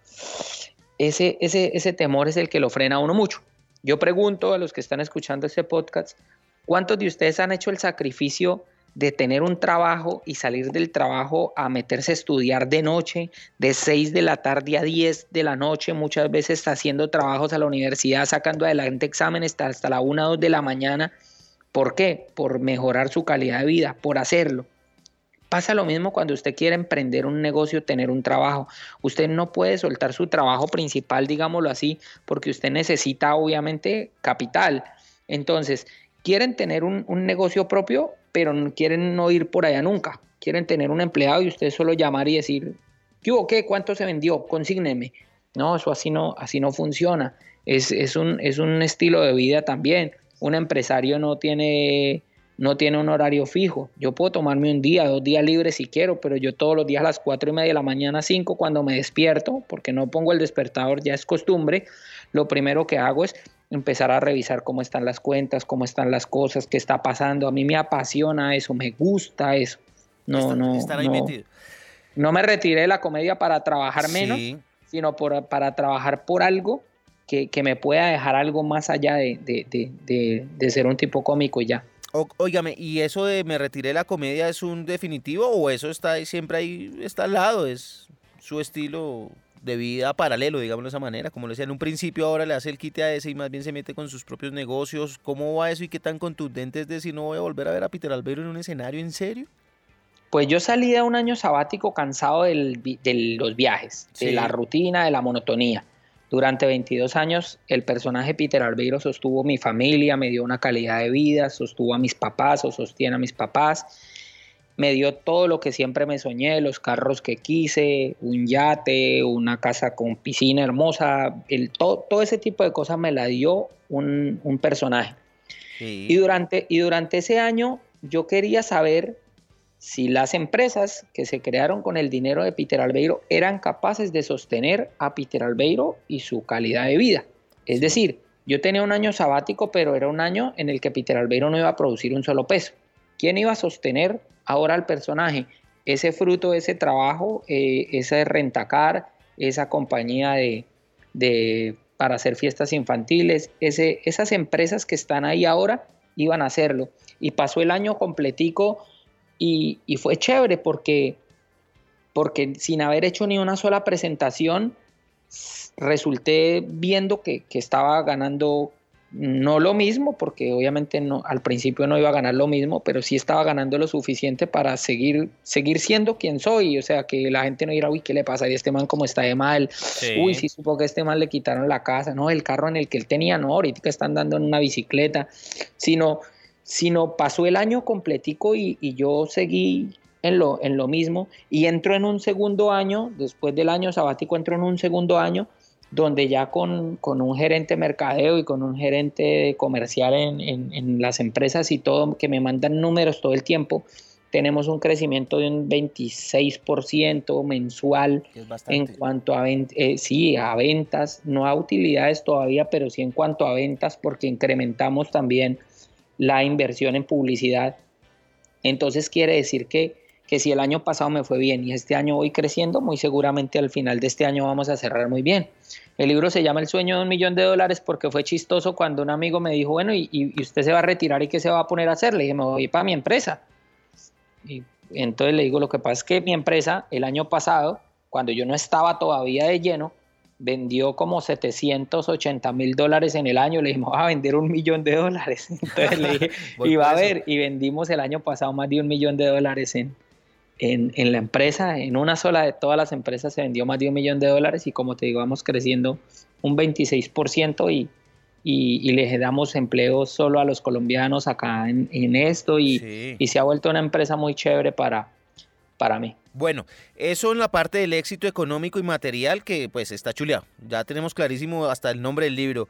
Ese, ese, ese temor es el que lo frena a uno mucho. Yo pregunto a los que están escuchando este podcast, ¿cuántos de ustedes han hecho el sacrificio de tener un trabajo y salir del trabajo a meterse a estudiar de noche, de seis de la tarde a diez de la noche, muchas veces está haciendo trabajos a la universidad, sacando adelante exámenes hasta, hasta la una o dos de la mañana? ¿Por qué? Por mejorar su calidad de vida, por hacerlo. Pasa lo mismo cuando usted quiere emprender un negocio, tener un trabajo. Usted no puede soltar su trabajo principal, digámoslo así, porque usted necesita obviamente capital. Entonces, quieren tener un, un negocio propio, pero no quieren no ir por allá nunca. Quieren tener un empleado y usted solo llamar y decir, ¿qué hubo qué? ¿Cuánto se vendió? Consígneme. No, eso así no, así no funciona. Es, es, un, es un estilo de vida también. Un empresario no tiene... no tiene un horario fijo. Yo puedo tomarme un día, dos días libres si quiero, pero yo todos los días a las cuatro y media de la mañana, cinco, cuando me despierto, porque no pongo el despertador, ya es costumbre, lo primero que hago es empezar a revisar cómo están las cuentas, cómo están las cosas, qué está pasando. A mí me apasiona eso, me gusta eso. No, Está, no, estar ahí no, metido. no me retiré de la comedia para trabajar menos, Sí. sino por, para trabajar por algo que, que me pueda dejar algo más allá de, de, de, de, de ser un tipo cómico y ya. O, óigame, ¿y eso de me retiré de la comedia es un definitivo o eso está ahí, siempre ahí, está al lado? ¿Es su estilo de vida paralelo, digámoslo de esa manera? Como le decía en un principio, ahora le hace el quite a ese y más bien se mete con sus propios negocios. ¿Cómo va eso y qué tan contundente es decir, no voy a volver a ver a Peter Albeiro en un escenario? ¿En serio? Pues yo salí de un año sabático cansado del, de los viajes, de Sí. la rutina, de la monotonía. Durante veintidós años el personaje Peter Albeiro sostuvo mi familia, me dio una calidad de vida, sostuvo a mis papás o sostiene a mis papás, me dio todo lo que siempre me soñé, los carros que quise, un yate, una casa con piscina hermosa, el, todo, todo ese tipo de cosas me la dio un, un personaje. Sí. Y durante, y durante ese año yo quería saber si las empresas que se crearon con el dinero de Peter Albeiro eran capaces de sostener a Peter Albeiro y su calidad de vida. Es Sí. decir, yo tenía un año sabático, pero era un año en el que Peter Albeiro no iba a producir un solo peso. ¿Quién iba a sostener ahora al personaje? Ese fruto, ese trabajo, eh, ese rentacar, esa compañía de, de, para hacer fiestas infantiles, ese, esas empresas que están ahí ahora iban a hacerlo. Y pasó el año completico. Y, y fue chévere porque, porque sin haber hecho ni una sola presentación, resulté viendo que, que estaba ganando no lo mismo, porque obviamente no, al principio no iba a ganar lo mismo, pero sí estaba ganando lo suficiente para seguir, seguir siendo quien soy. O sea, que la gente no dirá, uy, ¿qué le pasa? ¿Y este man cómo está de mal? Sí. Uy, sí supo que a este man le quitaron la casa, no, el carro en el que él tenía, no, ahorita que están dando en una bicicleta, sino... sino pasó el año completico y, y yo seguí en lo, en lo mismo y entro en un segundo año, después del año sabático entro en un segundo año donde ya con, con un gerente de mercadeo y con un gerente comercial en, en, en las empresas y todo, que me mandan números todo el tiempo, tenemos un crecimiento de un veintiséis por ciento mensual en cuanto a, eh, sí, a ventas, no a utilidades todavía, pero sí en cuanto a ventas porque incrementamos también la inversión en publicidad. Entonces quiere decir que, que si el año pasado me fue bien y este año voy creciendo, muy seguramente al final de este año vamos a cerrar muy bien. El libro se llama El sueño de un millón de dólares porque fue chistoso cuando un amigo me dijo, bueno, ¿y, y usted se va a retirar y qué se va a poner a hacer? Le dije, me voy para mi empresa. Y entonces le digo, lo que pasa es que mi empresa el año pasado, cuando yo no estaba todavía de lleno, vendió como setecientos ochenta mil dólares en el año. Le dijimos, vamos a vender un millón de dólares. Entonces le dije, y va a ver, y vendimos el año pasado más de un millón de dólares en, en, en la empresa. En una sola de todas las empresas se vendió más de un millón de dólares y como te digo, vamos creciendo un veintiséis por ciento y, y, y le damos empleo solo a los colombianos acá en, en esto y, sí. y se ha vuelto una empresa muy chévere para, para mí. Bueno, eso en la parte del éxito económico y material que pues está chuleado, ya tenemos clarísimo hasta el nombre del libro,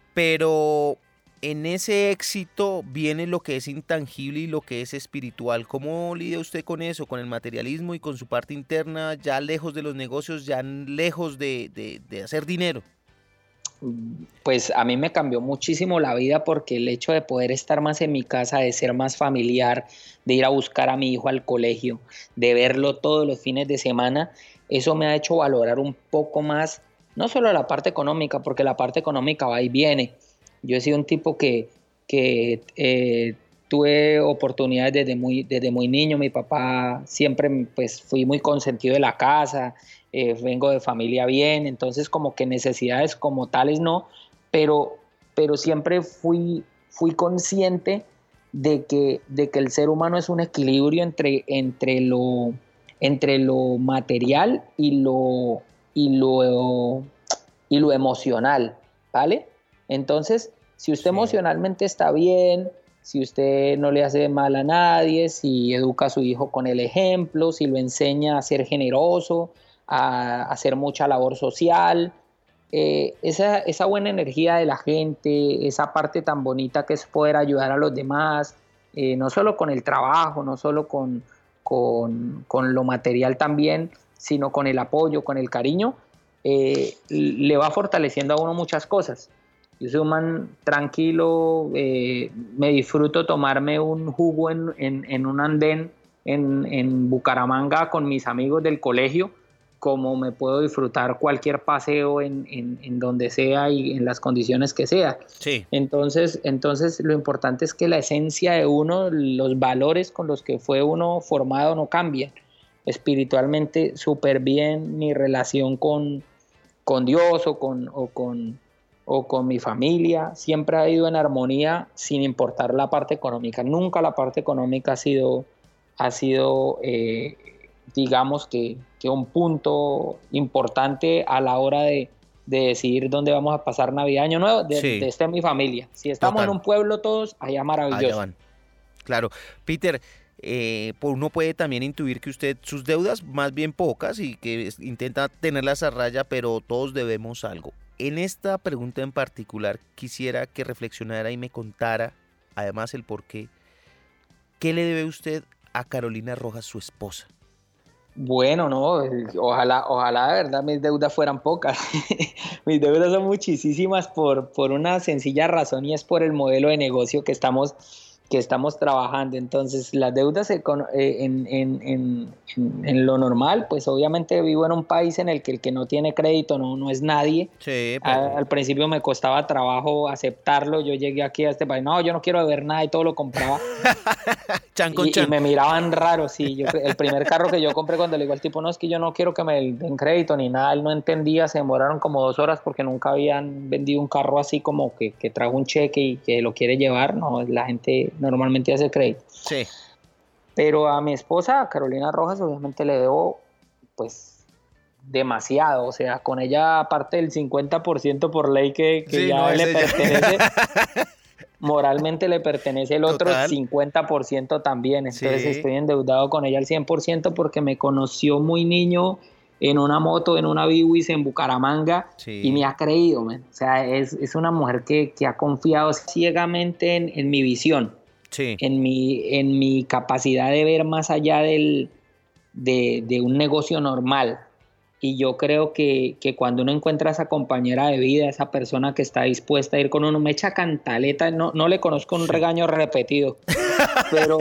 pero en ese éxito viene lo que es intangible y lo que es espiritual. ¿Cómo lidia usted con eso, con el materialismo y con su parte interna, ya lejos de los negocios, ya lejos de, de, de hacer dinero? pues a mí me cambió muchísimo la vida porque el hecho de poder estar más en mi casa, de ser más familiar, de ir a buscar a mi hijo al colegio, de verlo todos los fines de semana, eso me ha hecho valorar un poco más, no solo la parte económica, porque la parte económica va y viene. Yo he sido un tipo que, que eh, tuve oportunidades desde muy, desde muy niño. Mi papá siempre, pues fui muy consentido de la casa, eh, vengo de familia bien, entonces como que necesidades como tales no, pero, pero siempre fui, fui consciente de que, de que el ser humano es un equilibrio entre, entre, lo, entre lo material y lo, y lo, y lo emocional, ¿vale? Entonces, si usted sí. emocionalmente está bien, si usted no le hace mal a nadie, si educa a su hijo con el ejemplo, si lo enseña a ser generoso, a, a hacer mucha labor social, eh, esa, esa buena energía de la gente, esa parte tan bonita que es poder ayudar a los demás, eh, no solo con el trabajo, no solo con, con, con lo material también, sino con el apoyo, con el cariño, eh, le va fortaleciendo a uno muchas cosas. Yo soy un man tranquilo, eh, me disfruto tomarme un jugo en, en, en un andén en, en Bucaramanga con mis amigos del colegio, como me puedo disfrutar cualquier paseo en, en, en donde sea y en las condiciones que sea. Sí. Entonces, entonces, lo importante es que la esencia de uno, los valores con los que fue uno formado no cambian. Espiritualmente, súper bien, mi relación con, con Dios o con... O con o con mi familia, siempre ha ido en armonía sin importar la parte económica. Nunca la parte económica ha sido, ha sido eh, digamos que, que un punto importante a la hora de, de decidir dónde vamos a pasar Navidad, Año Nuevo, de, sí. de estar en mi familia. Si estamos Total. en un pueblo todos, allá maravilloso. Allá van. Claro. Peter, eh, uno puede también intuir que usted, sus deudas más bien pocas y que intenta tenerlas a raya, pero todos debemos algo. En esta pregunta en particular quisiera que reflexionara y me contara, además, el por qué. ¿Qué le debe usted a Carolina Rojas, su esposa? Bueno, no, ojalá, ojalá de verdad mis deudas fueran pocas. Mis deudas son muchísimas por, por una sencilla razón, y es por el modelo de negocio que estamos que estamos trabajando. Entonces, las deudas en, en, en, en, en lo normal, pues obviamente vivo en un país en el que el que no tiene crédito no, no es nadie. Sí, pero... a, al principio me costaba trabajo aceptarlo. Yo llegué aquí a este país, no, yo no quiero beber nada, y todo lo compraba. Chan con y, chan. y me miraban raro, sí. Yo, el primer carro que yo compré, cuando le digo al tipo, no, es que yo no quiero que me den crédito ni nada, él no entendía, se demoraron como dos horas porque nunca habían vendido un carro así como que, que trajo un cheque y que lo quiere llevar. No, la gente normalmente hace crédito. Sí. Pero a mi esposa, a Carolina Rojas, obviamente le debo, pues, demasiado. O sea, con ella, aparte del cincuenta por ciento por ley que, que sí, ya no, le pertenece, moralmente le pertenece el otro Total. cincuenta por ciento también. Entonces sí. estoy endeudado con ella al cien por ciento porque me conoció muy niño en una moto, en una Biwis en Bucaramanga, sí. y me ha creído, man. O sea, es, es una mujer que, que ha confiado ciegamente en, en mi visión. Sí. En, mi, en mi capacidad de ver más allá del, de, de un negocio normal. Y yo creo que, que cuando uno encuentra a esa compañera de vida, esa persona que está dispuesta a ir con uno, me echa cantaleta, no, no le conozco un sí. regaño repetido, pero,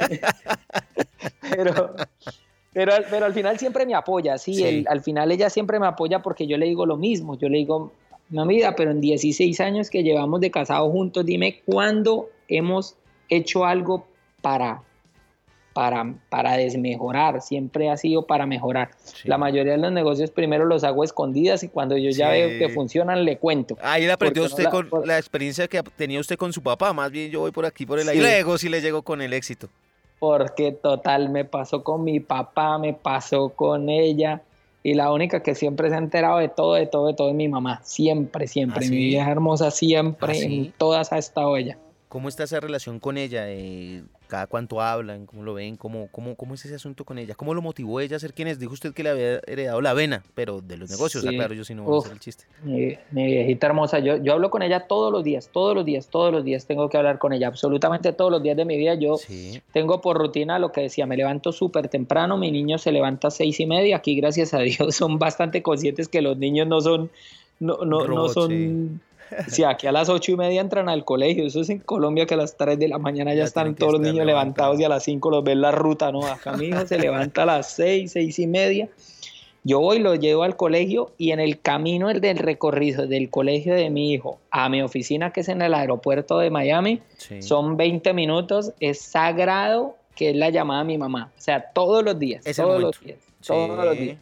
pero, pero, pero al final siempre me apoya, sí, sí. El, al final ella siempre me apoya porque yo le digo lo mismo, yo le digo, no, mira, pero en dieciséis años que llevamos de casados juntos, dime cuándo hemos hecho algo para, para, para desmejorar, siempre ha sido para mejorar. Sí. La mayoría de los negocios primero los hago escondidas y cuando yo ya sí. veo que funcionan le cuento. Ahí le aprendió usted no la, con por... la experiencia que tenía usted con su papá, más bien yo voy por aquí por el aire, sí. luego sí le llego con el éxito. Porque total, me pasó con mi papá, me pasó con ella, y la única que siempre se ha enterado de todo, de todo, de todo es mi mamá, siempre, siempre, ¿Ah, sí? Mi vieja hermosa siempre, ¿Ah, sí? En todas ha estado ella. ¿Cómo está esa relación con ella? Eh, ¿Cada cuánto hablan? ¿Cómo lo ven? ¿Cómo, cómo, ¿Cómo es ese asunto con ella? ¿Cómo lo motivó ella a ser quien es? Dijo usted que le había heredado la vena, pero de los negocios, sí. claro, yo sí no voy Uf, a hacer el chiste. Mi, mi viejita hermosa, yo, yo hablo con ella todos los días, todos los días, todos los días tengo que hablar con ella, absolutamente todos los días de mi vida. Yo sí. tengo por rutina lo que decía, me levanto súper temprano, mi niño se levanta a seis y media, aquí gracias a Dios son bastante conscientes que los niños no son... no, no, Robot, no son... Sí. Sí, aquí a las ocho y media entran al colegio, eso es en Colombia que a las tres de la mañana ya, ya están todos los niños levantados y a las cinco los ven la ruta, ¿no? Acá mi hijo se levanta a las seis, seis y media. Yo voy, lo llevo al colegio y en el camino del recorrido del colegio de mi hijo a mi oficina, que es en el aeropuerto de Miami, sí. Son veinte minutos, es sagrado que es la llamada a mi mamá. O sea, todos los días, es todos los días, sí. todos los días.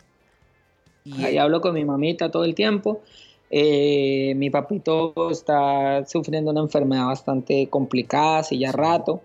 Y ahí hablo con mi mamita todo el tiempo. Eh, mi papito está sufriendo una enfermedad bastante complicada hace ya rato.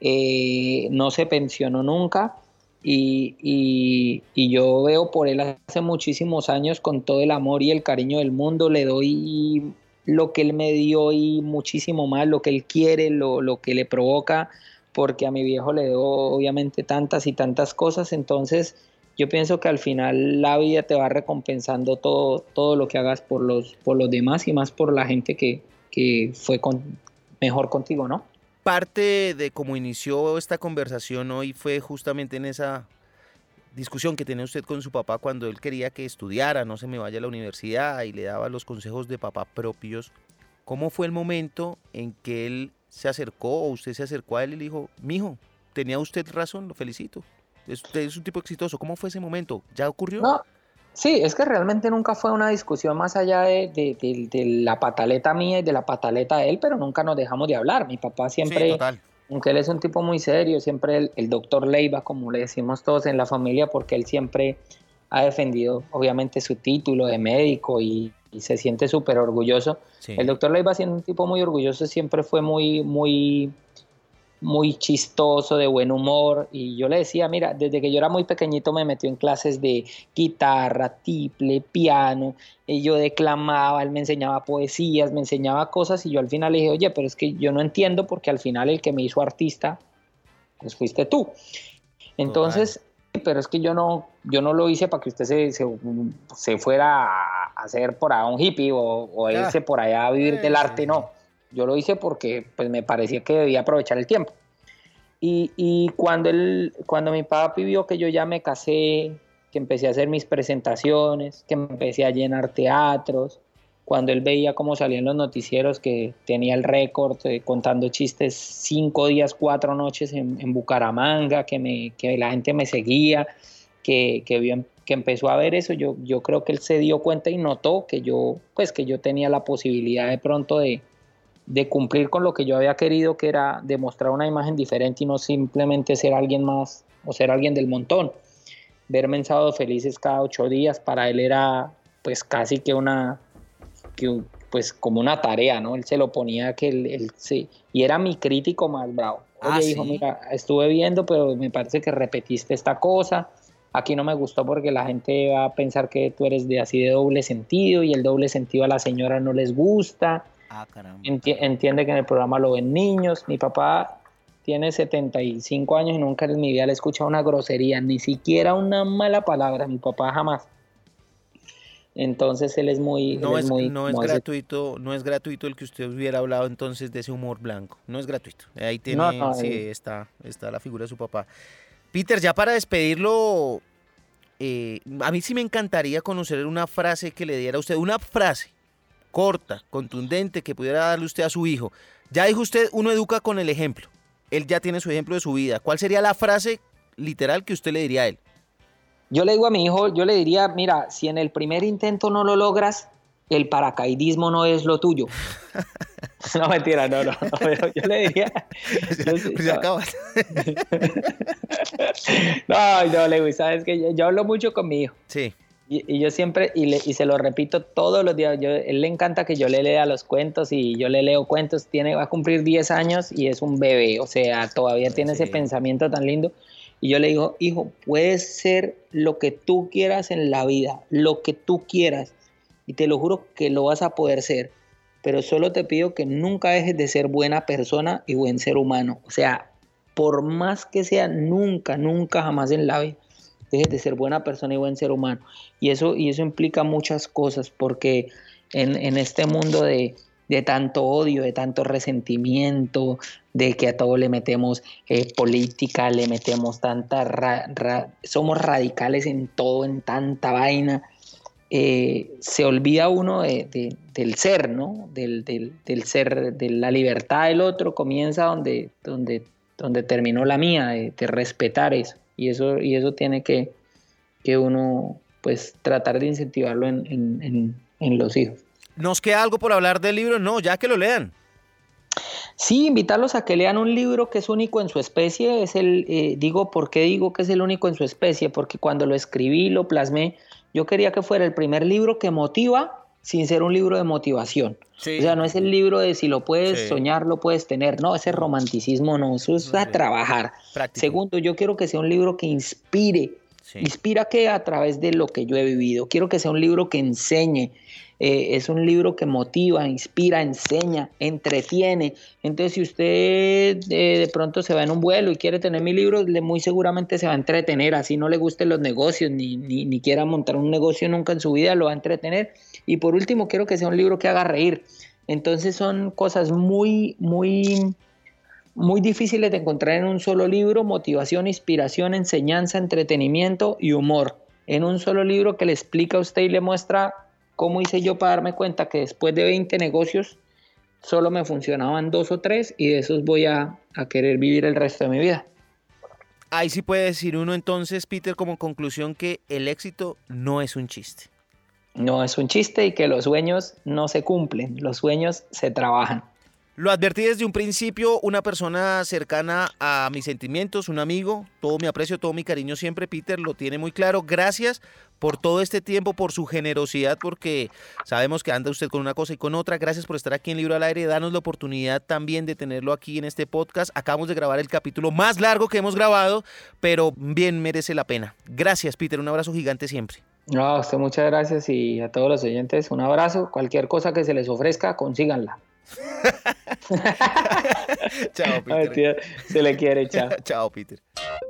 Eh, no se pensionó nunca. Y, y, y yo veo por él hace muchísimos años con todo el amor y el cariño del mundo, le doy lo que él me dio y muchísimo más, lo que él quiere, lo, lo que le provoca, porque a mi viejo le doy obviamente tantas y tantas cosas. Entonces yo pienso que al final la vida te va recompensando todo, todo lo que hagas por los, por los demás y más por la gente que, que fue con, mejor contigo, ¿no? Parte de cómo inició esta conversación hoy fue justamente en esa discusión que tenía usted con su papá cuando él quería que estudiara, no se me vaya a la universidad y le daba los consejos de papá propios. ¿Cómo fue el momento en que él se acercó o usted se acercó a él y le dijo, mijo, tenía usted razón, lo felicito, usted es un tipo exitoso? ¿Cómo fue ese momento? ¿Ya ocurrió? No. Sí, es que realmente nunca fue una discusión más allá de, de, de, de la pataleta mía y de la pataleta de él, pero nunca nos dejamos de hablar. Mi papá siempre, sí, total. Aunque él es un tipo muy serio, siempre el, el doctor Leiva, como le decimos todos en la familia, porque él siempre ha defendido obviamente su título de médico y, y se siente súper orgulloso. Sí. El doctor Leiva, siendo un tipo muy orgulloso, siempre fue muy, muy... muy chistoso, de buen humor, y yo le decía, mira, desde que yo era muy pequeñito me metió en clases de guitarra, tiple, piano, y yo declamaba, él me enseñaba poesías, me enseñaba cosas, y yo al final le dije, oye, pero es que yo no entiendo porque al final el que me hizo artista, pues fuiste tú. Entonces, total. Pero es que yo no, yo no lo hice para que usted se, se, se fuera a hacer por allá un hippie o, o irse por allá a vivir del arte, no. Yo lo hice porque pues, me parecía que debía aprovechar el tiempo. Y, y cuando, él, cuando mi papá vio que yo ya me casé, que empecé a hacer mis presentaciones, que empecé a llenar teatros, cuando él veía cómo salían los noticieros, que tenía el récord eh, contando chistes cinco días, cuatro noches en, en Bucaramanga, que, me, que la gente me seguía, que, que, vio, que empezó a ver eso, yo, yo creo que él se dio cuenta y notó que yo, pues, que yo tenía la posibilidad de pronto de de cumplir con lo que yo había querido, que era demostrar una imagen diferente y no simplemente ser alguien más o ser alguien del montón. Verme en Sábados Felices cada ocho días para él era pues casi que una, que, pues como una tarea, ¿no? Él se lo ponía que él, él sí, y era mi crítico más bravo. Oye, ah, hijo, ¿sí? Mira, estuve viendo, pero me parece que repetiste esta cosa, aquí no me gustó porque la gente va a pensar que tú eres de así de doble sentido y el doble sentido a la señora no les gusta. Ah, caramba. Enti- entiende que en el programa lo ven niños. Mi papá tiene setenta y cinco años y nunca en mi vida le he escuchado una grosería, ni siquiera una mala palabra. Mi papá jamás. Entonces él es muy... No él es, es, muy, no es gratuito, ese... no es gratuito el que usted hubiera hablado entonces de ese humor blanco. No es gratuito. Ahí tiene, no, no, sí, él... está, está la figura de su papá. Peter, ya para despedirlo, eh, a mí sí me encantaría conocer una frase que le diera a usted, una frase corta, contundente, que pudiera darle usted a su hijo. Ya dijo usted, uno educa con el ejemplo. Él ya tiene su ejemplo de su vida. ¿Cuál sería la frase literal que usted le diría a él? Yo le digo a mi hijo, yo le diría, mira, si en el primer intento no lo logras, el paracaidismo no es lo tuyo. No, mentira, no, no, no, pero yo le diría... Yo, pues ya acabas. No, no, Lewis, sabes que yo, yo hablo mucho con mi hijo. Sí. Y, y yo siempre, y, le, y se lo repito todos los días, yo, él le encanta que yo le lea los cuentos y yo le leo cuentos, tiene, va a cumplir diez años y es un bebé, o sea, todavía tiene sí. ese pensamiento tan lindo. Y yo le digo, hijo, puedes ser lo que tú quieras en la vida, lo que tú quieras, y te lo juro que lo vas a poder ser, pero solo te pido que nunca dejes de ser buena persona y buen ser humano, o sea, por más que sea, nunca, nunca, jamás en la vida dejes de ser buena persona y buen ser humano. Y eso, y eso implica muchas cosas, porque en, en este mundo de, de tanto odio, de tanto resentimiento, de que a todo le metemos eh, política, le metemos tanta... Ra, ra, somos radicales en todo, en tanta vaina. eh, se olvida uno de, de, del ser, ¿no? Del, del, del ser, de la libertad del otro, comienza donde, donde, donde terminó la mía, de, de respetar eso. Y eso, y eso tiene que, que uno pues tratar de incentivarlo en, en, en, en los hijos. ¿Nos queda algo por hablar del libro? No, ya que lo lean. Sí, invitarlos a que lean un libro que es único en su especie. Es el, eh, digo, ¿por qué digo que es el único en su especie? Porque cuando lo escribí, lo plasmé, yo quería que fuera el primer libro que motiva sin ser un libro de motivación. Sí. O sea, no es el libro de si lo puedes sí. soñar, lo puedes tener. No, ese romanticismo no, eso es a trabajar. Práctico. Segundo, yo quiero que sea un libro que inspire. Sí. Inspira que a través de lo que yo he vivido. Quiero que sea un libro que enseñe. Eh, es un libro que motiva, inspira, enseña, entretiene. Entonces, si usted eh, de pronto se va en un vuelo y quiere tener mi libro, le, muy seguramente se va a entretener. Así no le gusten los negocios, ni, ni, ni quiera montar un negocio nunca en su vida, lo va a entretener. Y por último, quiero que sea un libro que haga reír. Entonces, son cosas muy, muy, muy difíciles de encontrar en un solo libro: motivación, inspiración, enseñanza, entretenimiento y humor. En un solo libro que le explica a usted y le muestra cómo hice yo para darme cuenta que después de veinte negocios solo me funcionaban dos o tres, y de esos voy a, a querer vivir el resto de mi vida. Ahí sí puede decir uno entonces, Peter, como conclusión, que el éxito no es un chiste. No es un chiste, y que los sueños no se cumplen, los sueños se trabajan. Lo advertí desde un principio, una persona cercana a mis sentimientos, un amigo, todo mi aprecio, todo mi cariño siempre, Peter, lo tiene muy claro. Gracias por todo este tiempo, por su generosidad, porque sabemos que anda usted con una cosa y con otra. Gracias por estar aquí en Libro al Aire, danos la oportunidad también de tenerlo aquí en este podcast. Acabamos de grabar el capítulo más largo que hemos grabado, pero bien merece la pena. Gracias, Peter, un abrazo gigante siempre. No, a usted muchas gracias, y a todos los oyentes un abrazo. Cualquier cosa que se les ofrezca, consíganla. Chao, Peter. Ay, tío, se le quiere, chao. Chao, Peter.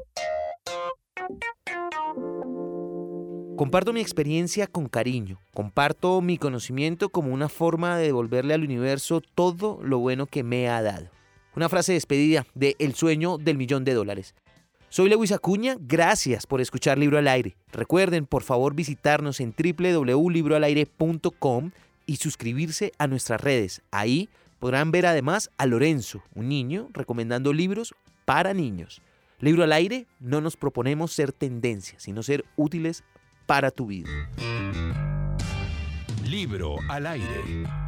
Comparto mi experiencia con cariño, comparto mi conocimiento como una forma de devolverle al universo todo lo bueno que me ha dado. Una frase de despedida de El sueño del millón de dólares. Soy Lewis Acuña, gracias por escuchar Libro al Aire. Recuerden, por favor, visitarnos en doble u doble u doble u punto libro al aire punto com y suscribirse a nuestras redes. Ahí podrán ver además a Lorenzo, un niño, recomendando libros para niños. Libro al Aire, no nos proponemos ser tendencia, sino ser útiles para tu vida. Libro al Aire.